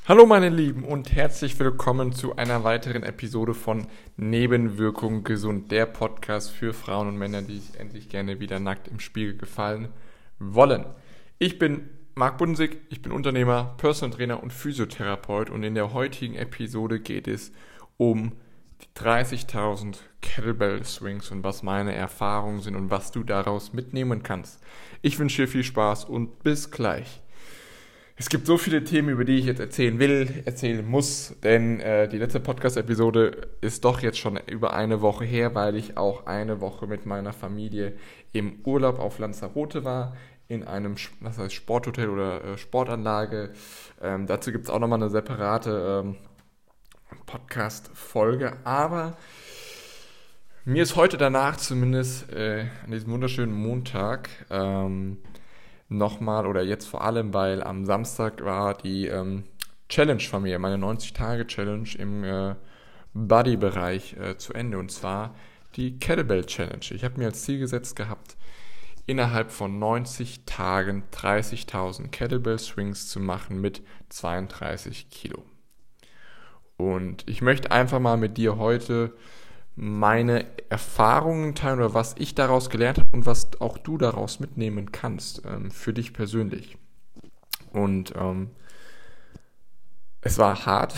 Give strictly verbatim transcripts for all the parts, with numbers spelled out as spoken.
Hallo meine Lieben und herzlich willkommen zu einer weiteren Episode von Nebenwirkung gesund, der Podcast für Frauen und Männer, die sich endlich gerne wieder nackt im Spiegel gefallen wollen. Ich bin Marc Bunsig, ich bin Unternehmer, Personal Trainer und Physiotherapeut und in der heutigen Episode geht es um die dreißigtausend Kettlebell Swings und was meine Erfahrungen sind und was du daraus mitnehmen kannst. Ich wünsche dir viel Spaß und bis gleich. Es gibt so viele Themen, über die ich jetzt erzählen will, erzählen muss, denn äh, die letzte Podcast-Episode ist doch jetzt schon über eine Woche her, weil ich auch eine Woche mit meiner Familie im Urlaub auf Lanzarote war, in einem was heißt Sporthotel oder äh, Sportanlage. Ähm, dazu gibt es auch nochmal eine separate ähm, Podcast-Folge, aber mir ist heute danach zumindest äh, an diesem wunderschönen Montag ähm, nochmal oder jetzt vor allem, weil am Samstag war die ähm, Challenge von mir, meine neunzig-Tage-Challenge im äh, Body-Bereich äh, zu Ende und zwar die Kettlebell Challenge. Ich habe mir als Ziel gesetzt gehabt, innerhalb von neunzig Tagen dreißigtausend Kettlebell Swings zu machen mit zweiunddreißig Kilo. Und ich möchte einfach mal mit dir heute meine Erfahrungen teilen oder was ich daraus gelernt habe und was auch du daraus mitnehmen kannst ähm, für dich persönlich. Und ähm, es war hart.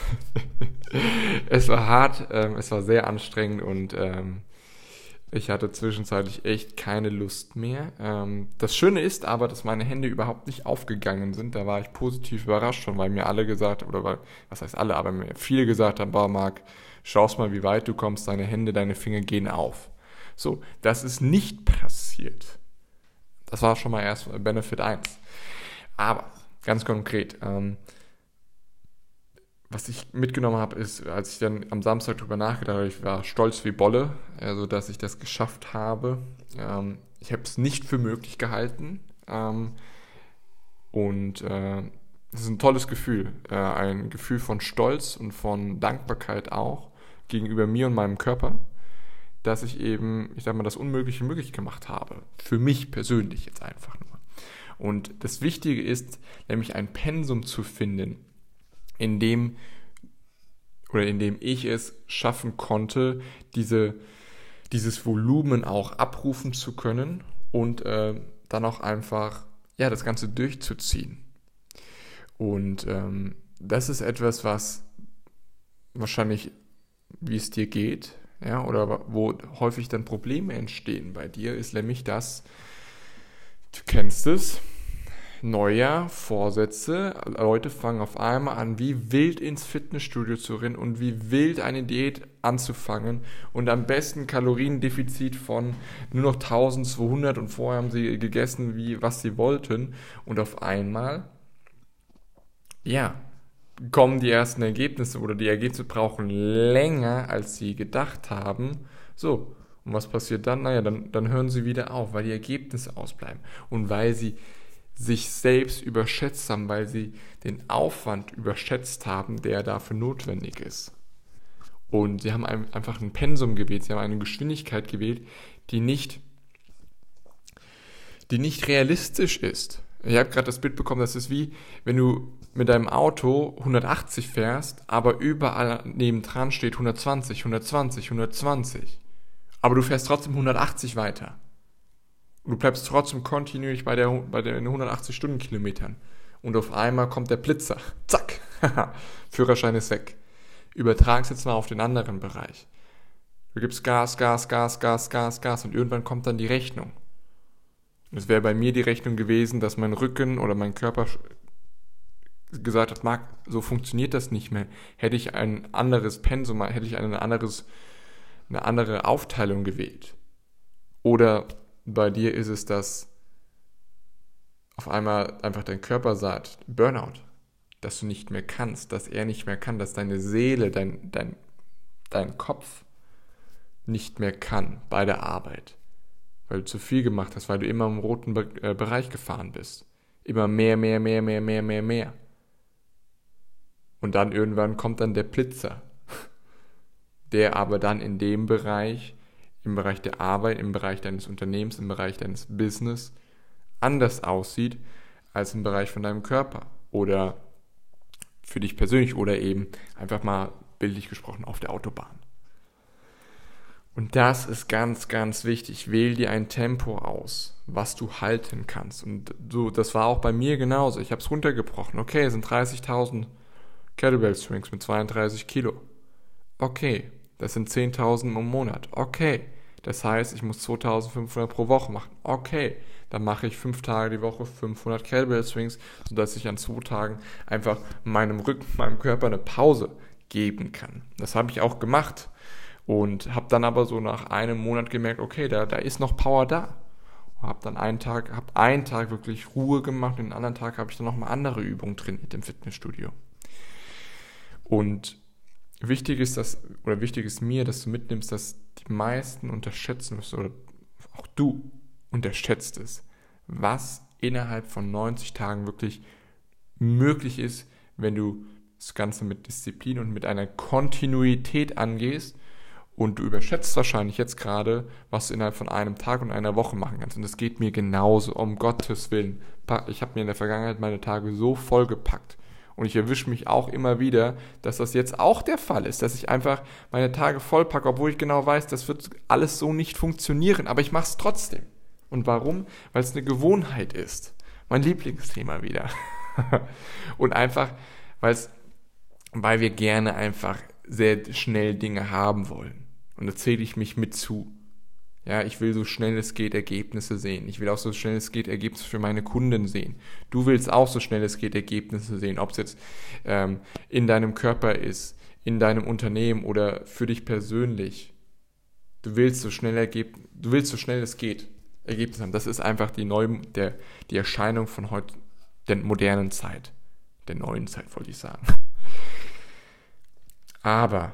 es war hart, ähm, es war sehr anstrengend und ähm, ich hatte zwischenzeitlich echt keine Lust mehr. Ähm, das Schöne ist aber, dass meine Hände überhaupt nicht aufgegangen sind. Da war ich positiv überrascht schon, weil mir alle gesagt haben, oder weil, was heißt alle, aber mir viele gesagt haben, boah Marc, schaust mal, wie weit du kommst, deine Hände, deine Finger gehen auf. So, das ist nicht passiert. Das war schon mal erst Benefit eins. Aber, ganz konkret, ähm, was ich mitgenommen habe, ist, als ich dann am Samstag drüber nachgedacht habe, ich war stolz wie Bolle, also dass ich das geschafft habe. Ähm, ich habe es nicht für möglich gehalten. Ähm, und äh, es ist ein tolles Gefühl. Äh, ein Gefühl von Stolz und von Dankbarkeit auch gegenüber mir und meinem Körper, dass ich eben, ich sag mal, das Unmögliche möglich gemacht habe. Für mich persönlich jetzt einfach nur. Und das Wichtige ist, nämlich ein Pensum zu finden, in dem oder in dem ich es schaffen konnte, diese, dieses Volumen auch abrufen zu können und äh, dann auch einfach ja, das Ganze durchzuziehen. Und ähm, das ist etwas, was wahrscheinlich, wie es dir geht, ja, oder wo häufig dann Probleme entstehen bei dir, ist nämlich das, du kennst es, Neujahr, Vorsätze, Leute fangen auf einmal an, wie wild ins Fitnessstudio zu rennen und wie wild eine Diät anzufangen und am besten Kaloriendefizit von nur noch eintausendzweihundert und vorher haben sie gegessen, wie was sie wollten und auf einmal, ja, kommen die ersten Ergebnisse oder die Ergebnisse brauchen länger, als sie gedacht haben. So, und was passiert dann? Naja, dann, dann hören sie wieder auf, weil die Ergebnisse ausbleiben und weil sie sich selbst überschätzt haben, weil sie den Aufwand überschätzt haben, der dafür notwendig ist. Und sie haben einfach ein Pensum gewählt, sie haben eine Geschwindigkeit gewählt, die nicht, die nicht realistisch ist. Ich habe gerade das Bild bekommen, das ist wie, wenn du mit deinem Auto hundertachtzig fährst, aber überall nebendran steht hundertzwanzig, hundertzwanzig, hundertzwanzig. Aber du fährst trotzdem hundertachtzig weiter. Und du bleibst trotzdem kontinuierlich bei, der, bei den hundertachtzig Stundenkilometern. Und auf einmal kommt der Blitzer. Zack. Führerschein ist weg. Übertragen es jetzt mal auf den anderen Bereich. Du gibst Gas, Gas, Gas, Gas, Gas, Gas und irgendwann kommt dann die Rechnung. Es wäre bei mir die Rechnung gewesen, dass mein Rücken oder mein Körper gesagt hat, Marc, so funktioniert das nicht mehr. Hätte ich ein anderes Pensum, hätte ich ein anderes, eine andere Aufteilung gewählt. Oder bei dir ist es, dass auf einmal einfach dein Körper sagt, Burnout, dass du nicht mehr kannst, dass er nicht mehr kann, dass deine Seele, dein, dein, dein Kopf nicht mehr kann bei der Arbeit, weil du zu viel gemacht hast, weil du immer im roten Be- äh, Bereich gefahren bist. Immer mehr, mehr, mehr, mehr, mehr, mehr, mehr. Und dann irgendwann kommt dann der Blitzer, der aber dann in dem Bereich, im Bereich der Arbeit, im Bereich deines Unternehmens, im Bereich deines Business anders aussieht als im Bereich von deinem Körper oder für dich persönlich oder eben einfach mal bildlich gesprochen auf der Autobahn. Und das ist ganz, ganz wichtig. Wähl dir ein Tempo aus, was du halten kannst. Und so, das war auch bei mir genauso. Ich habe es runtergebrochen. Okay, es sind dreißigtausend Kettlebell Swings mit zweiunddreißig Kilo. Okay, das sind zehntausend im Monat. Okay, das heißt, ich muss zweitausendfünfhundert pro Woche machen. Okay, dann mache ich fünf Tage die Woche fünfhundert Kettlebell Swings, sodass ich an zwei Tagen einfach meinem Rücken, meinem Körper eine Pause geben kann. Das habe ich auch gemacht. Und habe dann aber so nach einem Monat gemerkt, okay, da, da ist noch Power da. Habe dann einen Tag, habe einen Tag wirklich Ruhe gemacht und den anderen Tag habe ich dann nochmal andere Übungen trainiert im Fitnessstudio. Und wichtig ist das, oder wichtig ist mir, dass du mitnimmst, dass die meisten unterschätzen müssen, oder auch du unterschätzt es, was innerhalb von neunzig Tagen wirklich möglich ist, wenn du das Ganze mit Disziplin und mit einer Kontinuität angehst. Und du überschätzt wahrscheinlich jetzt gerade, was du innerhalb von einem Tag und einer Woche machen kannst. Und das geht mir genauso, um Gottes Willen. Ich habe mir in der Vergangenheit meine Tage so vollgepackt. Und ich erwische mich auch immer wieder, dass das jetzt auch der Fall ist. Dass ich einfach meine Tage vollpacke, obwohl ich genau weiß, das wird alles so nicht funktionieren. Aber ich mache es trotzdem. Und warum? Weil es eine Gewohnheit ist. Mein Lieblingsthema wieder. Und einfach, weil es, weil wir gerne einfach sehr schnell Dinge haben wollen. Und da zähle ich mich mit zu. Ja, ich will so schnell es geht Ergebnisse sehen. Ich will auch so schnell es geht Ergebnisse für meine Kunden sehen. Du willst auch so schnell es geht Ergebnisse sehen, ob es jetzt ähm, in deinem Körper ist, in deinem Unternehmen oder für dich persönlich. Du willst so schnell Ergeb- du willst so schnell es geht Ergebnisse haben. Das ist einfach die neue, der, die Erscheinung von heute, der modernen Zeit, der neuen Zeit, wollte ich sagen. Aber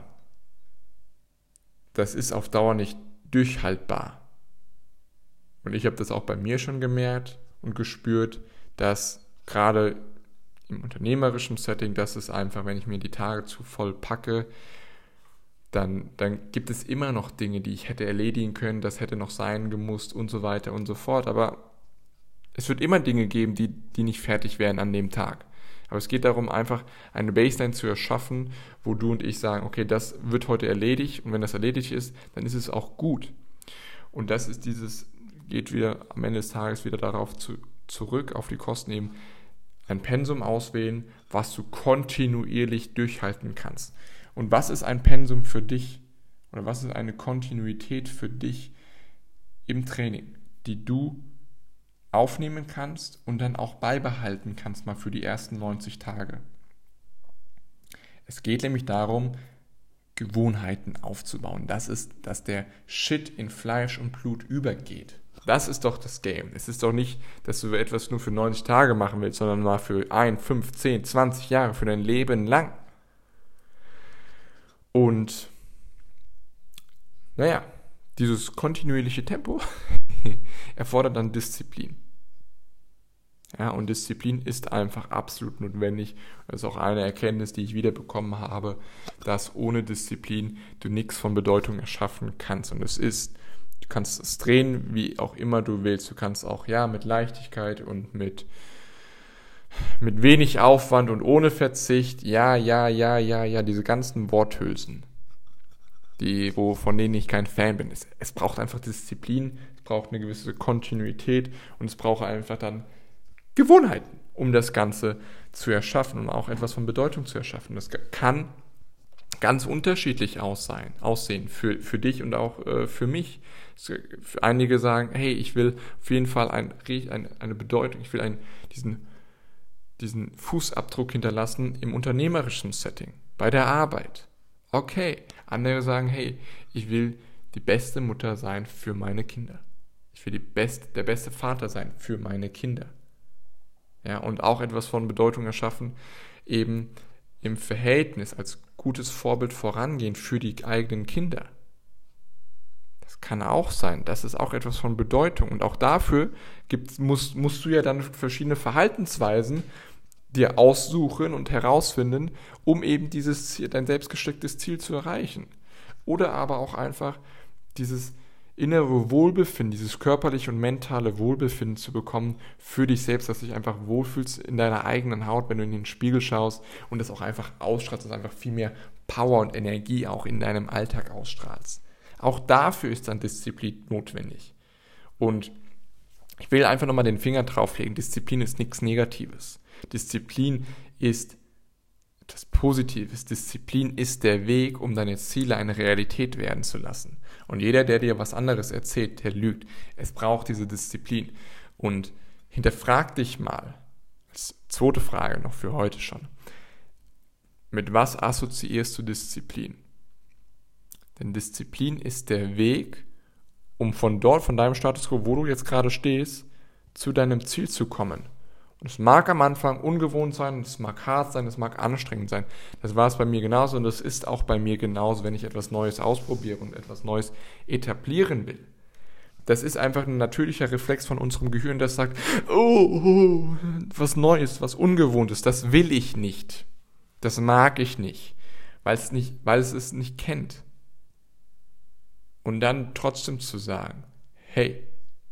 das ist auf Dauer nicht durchhaltbar. Und ich habe das auch bei mir schon gemerkt und gespürt, dass gerade im unternehmerischen Setting, das ist einfach, wenn ich mir die Tage zu voll packe, dann, dann gibt es immer noch Dinge, die ich hätte erledigen können, das hätte noch sein gemusst und so weiter und so fort. Aber es wird immer Dinge geben, die, die nicht fertig werden an dem Tag. Aber es geht darum, einfach eine Baseline zu erschaffen, wo du und ich sagen, okay, das wird heute erledigt und wenn das erledigt ist, dann ist es auch gut. Und das ist dieses, geht wieder am Ende des Tages wieder darauf zu, zurück, auf die Kosten eben, ein Pensum auswählen, was du kontinuierlich durchhalten kannst. Und was ist ein Pensum für dich? Oder was ist eine Kontinuität für dich im Training, die du aufnehmen kannst und dann auch beibehalten kannst, mal für die ersten neunzig Tage. Es geht nämlich darum, Gewohnheiten aufzubauen. Das ist, dass der Shit in Fleisch und Blut übergeht. Das ist doch das Game. Es ist doch nicht, dass du etwas nur für neunzig Tage machen willst, sondern mal für ein, fünf, zehn, zwanzig Jahre, für dein Leben lang. Und naja, dieses kontinuierliche Tempo erfordert dann Disziplin. Ja, und Disziplin ist einfach absolut notwendig. Das ist auch eine Erkenntnis, die ich wiederbekommen habe, dass ohne Disziplin du nichts von Bedeutung erschaffen kannst. Und es ist, du kannst es drehen, wie auch immer du willst. Du kannst auch, ja, mit Leichtigkeit und mit, mit wenig Aufwand und ohne Verzicht, ja, ja, ja, ja, ja, diese ganzen Worthülsen, die, wo, von denen ich kein Fan bin. Es, es braucht einfach Disziplin, es braucht eine gewisse Kontinuität und es braucht einfach dann Gewohnheiten, um das Ganze zu erschaffen und auch etwas von Bedeutung zu erschaffen. Das kann ganz unterschiedlich aussehen, aussehen für, für dich und auch äh, für mich. Für einige sagen, hey, ich will auf jeden Fall ein, ein, eine Bedeutung, ich will einen, diesen, diesen Fußabdruck hinterlassen im unternehmerischen Setting, bei der Arbeit. Okay, andere sagen, hey, ich will die beste Mutter sein für meine Kinder. Ich will die best, der beste Vater sein für meine Kinder. Ja, und auch etwas von Bedeutung erschaffen, eben im Verhältnis als gutes Vorbild vorangehen für die eigenen Kinder. Das kann auch sein, das ist auch etwas von Bedeutung. Und auch dafür gibt, musst, musst du ja dann verschiedene Verhaltensweisen dir aussuchen und herausfinden, um eben dieses Ziel, dein selbst gestecktes Ziel zu erreichen. Oder aber auch einfach dieses, innere Wohlbefinden, dieses körperliche und mentale Wohlbefinden zu bekommen für dich selbst, dass du dich einfach wohlfühlst in deiner eigenen Haut, wenn du in den Spiegel schaust und das auch einfach ausstrahlst, dass einfach viel mehr Power und Energie auch in deinem Alltag ausstrahlst. Auch dafür ist dann Disziplin notwendig. Und ich will einfach nochmal den Finger drauflegen, Disziplin ist nichts Negatives. Disziplin ist etwas Positives. Disziplin ist der Weg, um deine Ziele eine Realität werden zu lassen. Und jeder, der dir was anderes erzählt, der lügt. Es braucht diese Disziplin. Und hinterfrag dich mal, als zweite Frage noch für heute schon, mit was assoziierst du Disziplin? Denn Disziplin ist der Weg, um von dort, von deinem Status quo, wo du jetzt gerade stehst, zu deinem Ziel zu kommen. Und es mag am Anfang ungewohnt sein, es mag hart sein, es mag anstrengend sein. Das war es bei mir genauso und das ist auch bei mir genauso, wenn ich etwas Neues ausprobiere und etwas Neues etablieren will. Das ist einfach ein natürlicher Reflex von unserem Gehirn, das sagt, oh, oh, was Neues, was Ungewohntes, das will ich nicht. Das mag ich nicht, weil es nicht, weil es es nicht kennt. Und dann trotzdem zu sagen, hey,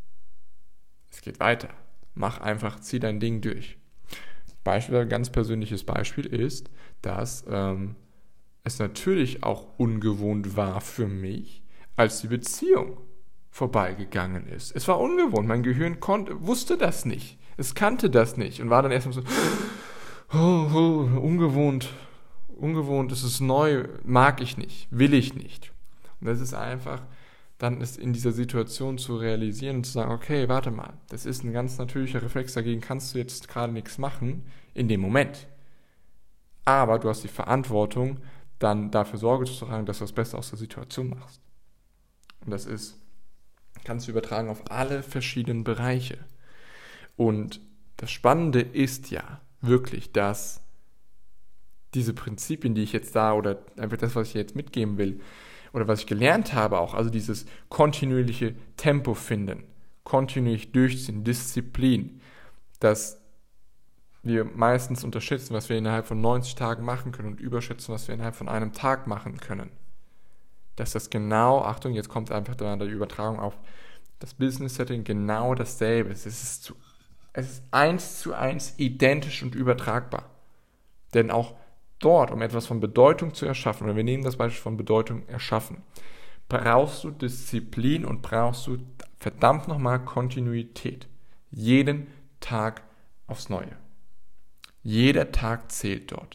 es geht weiter. Mach einfach, zieh dein Ding durch. Beispiel, ein ganz persönliches Beispiel ist, dass ähm, es natürlich auch ungewohnt war für mich, als die Beziehung vorbeigegangen ist. Es war ungewohnt, mein Gehirn konnte, wusste das nicht. Es kannte das nicht und war dann erstmal so, oh, oh, ungewohnt, ungewohnt, es ist neu, mag ich nicht, will ich nicht. Und das ist einfach, dann ist in dieser Situation zu realisieren und zu sagen, okay, warte mal, das ist ein ganz natürlicher Reflex, dagegen kannst du jetzt gerade nichts machen in dem Moment. Aber du hast die Verantwortung, dann dafür Sorge zu tragen, dass du das Beste aus der Situation machst. Und das ist, kannst du übertragen auf alle verschiedenen Bereiche. Und das Spannende ist ja wirklich, dass diese Prinzipien, die ich jetzt da oder einfach das, was ich jetzt mitgeben will, oder was ich gelernt habe auch, also dieses kontinuierliche Tempo finden, kontinuierlich durchziehen, Disziplin, dass wir meistens unterschätzen, was wir innerhalb von neunzig Tagen machen können und überschätzen, was wir innerhalb von einem Tag machen können. Dass das genau, Achtung, jetzt kommt einfach da die Übertragung auf das Business-Setting, genau dasselbe. Es ist, zu, es ist eins zu eins identisch und übertragbar. Denn auch dort, um etwas von Bedeutung zu erschaffen, oder wir nehmen das Beispiel von Bedeutung erschaffen, brauchst du Disziplin und brauchst du verdammt nochmal Kontinuität. Jeden Tag aufs Neue. Jeder Tag zählt dort.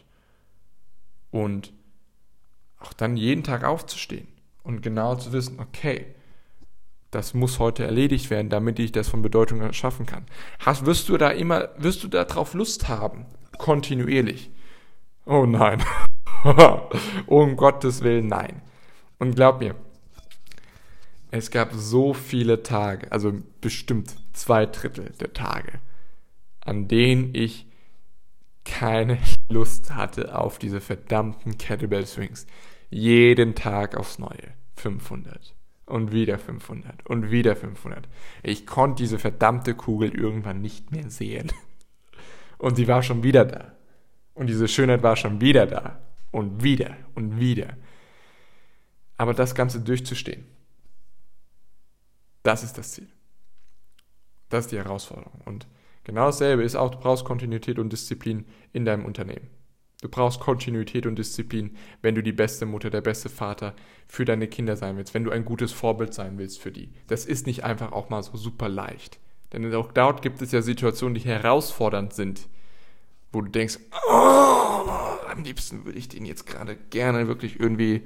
Und auch dann jeden Tag aufzustehen und genau zu wissen, okay, das muss heute erledigt werden, damit ich das von Bedeutung erschaffen kann. Hast, wirst du da immer, wirst du da drauf Lust haben, kontinuierlich? Oh nein. Um Gottes Willen, nein. Und glaub mir, es gab so viele Tage, also bestimmt zwei Drittel der Tage, an denen ich keine Lust hatte auf diese verdammten Kettlebell Swings. Jeden Tag aufs Neue. fünfhundert. Und wieder fünfhundert. Und wieder fünfhundert. Ich konnte diese verdammte Kugel irgendwann nicht mehr sehen. Und sie war schon wieder da. Und diese Schönheit war schon wieder da. Und wieder und wieder. Aber das Ganze durchzustehen, das ist das Ziel. Das ist die Herausforderung. Und genau dasselbe ist auch, du brauchst Kontinuität und Disziplin in deinem Unternehmen. Du brauchst Kontinuität und Disziplin, wenn du die beste Mutter, der beste Vater für deine Kinder sein willst, wenn du ein gutes Vorbild sein willst für die. Das ist nicht einfach auch mal so super leicht. Denn auch dort gibt es ja Situationen, die herausfordernd sind, wo du denkst, oh, am liebsten würde ich den jetzt gerade gerne wirklich irgendwie,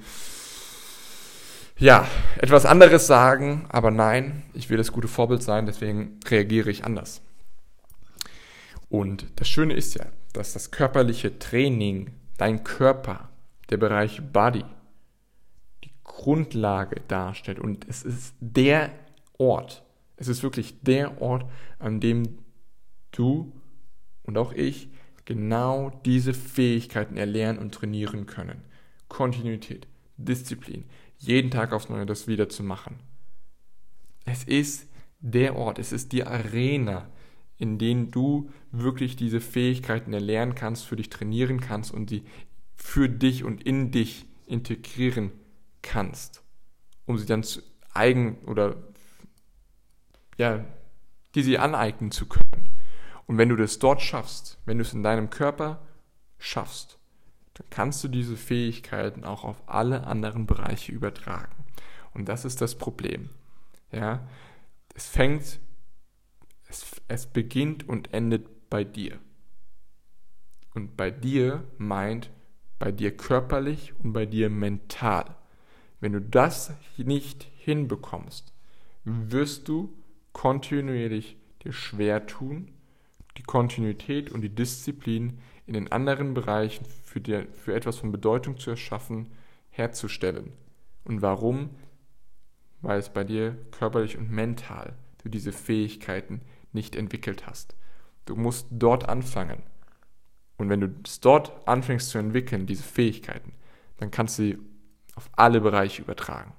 ja, etwas anderes sagen, aber nein, ich will das gute Vorbild sein, deswegen reagiere ich anders. Und das Schöne ist ja, dass das körperliche Training, dein Körper, der Bereich Body, die Grundlage darstellt. Und es ist der Ort, es ist wirklich der Ort, an dem du und auch ich genau diese Fähigkeiten erlernen und trainieren können. Kontinuität, Disziplin, jeden Tag aufs Neue das wieder zu machen. Es ist der Ort, es ist die Arena, in denen du wirklich diese Fähigkeiten erlernen kannst, für dich trainieren kannst und sie für dich und in dich integrieren kannst, um sie dann zu, eigen oder ja, die sie aneignen zu können. Und wenn du das dort schaffst, wenn du es in deinem Körper schaffst, dann kannst du diese Fähigkeiten auch auf alle anderen Bereiche übertragen. Und das ist das Problem. Ja, es fängt, es, es beginnt und endet bei dir. Und bei dir meint bei dir körperlich und bei dir mental. Wenn du das nicht hinbekommst, wirst du kontinuierlich dir schwer tun, die Kontinuität und die Disziplin in den anderen Bereichen für, dir, für etwas von Bedeutung zu erschaffen, herzustellen. Und warum? Weil es bei dir körperlich und mental du diese Fähigkeiten nicht entwickelt hast. Du musst dort anfangen. Und wenn du es dort anfängst zu entwickeln, diese Fähigkeiten, dann kannst du sie auf alle Bereiche übertragen.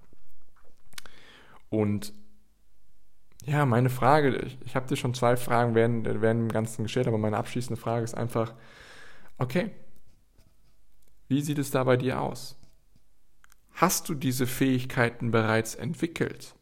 Und ja, meine Frage, ich, ich habe dir schon zwei Fragen während, während dem Ganzen gestellt, aber meine abschließende Frage ist einfach, okay, wie sieht es da bei dir aus? Hast du diese Fähigkeiten bereits entwickelt?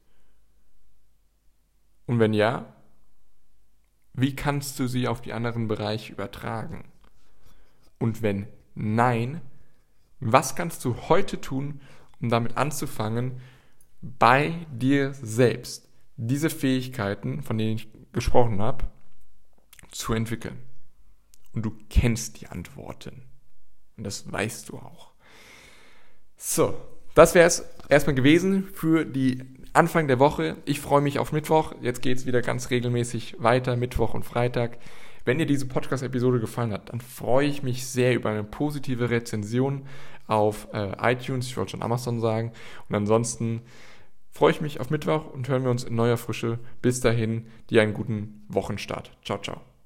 Und wenn ja, wie kannst du sie auf die anderen Bereiche übertragen? Und wenn nein, was kannst du heute tun, um damit anzufangen, bei dir selbst diese Fähigkeiten, von denen ich gesprochen habe, zu entwickeln? Und du kennst die Antworten. Und das weißt du auch. So, das wäre es erstmal gewesen für die Anfang der Woche. Ich freue mich auf Mittwoch. Jetzt geht es wieder ganz regelmäßig weiter, Mittwoch und Freitag. Wenn dir diese Podcast-Episode gefallen hat, dann freue ich mich sehr über eine positive Rezension auf äh, iTunes, ich wollte schon Amazon sagen. Und ansonsten freue ich mich auf Mittwoch und hören wir uns in neuer Frische. Bis dahin, dir einen guten Wochenstart. Ciao, ciao.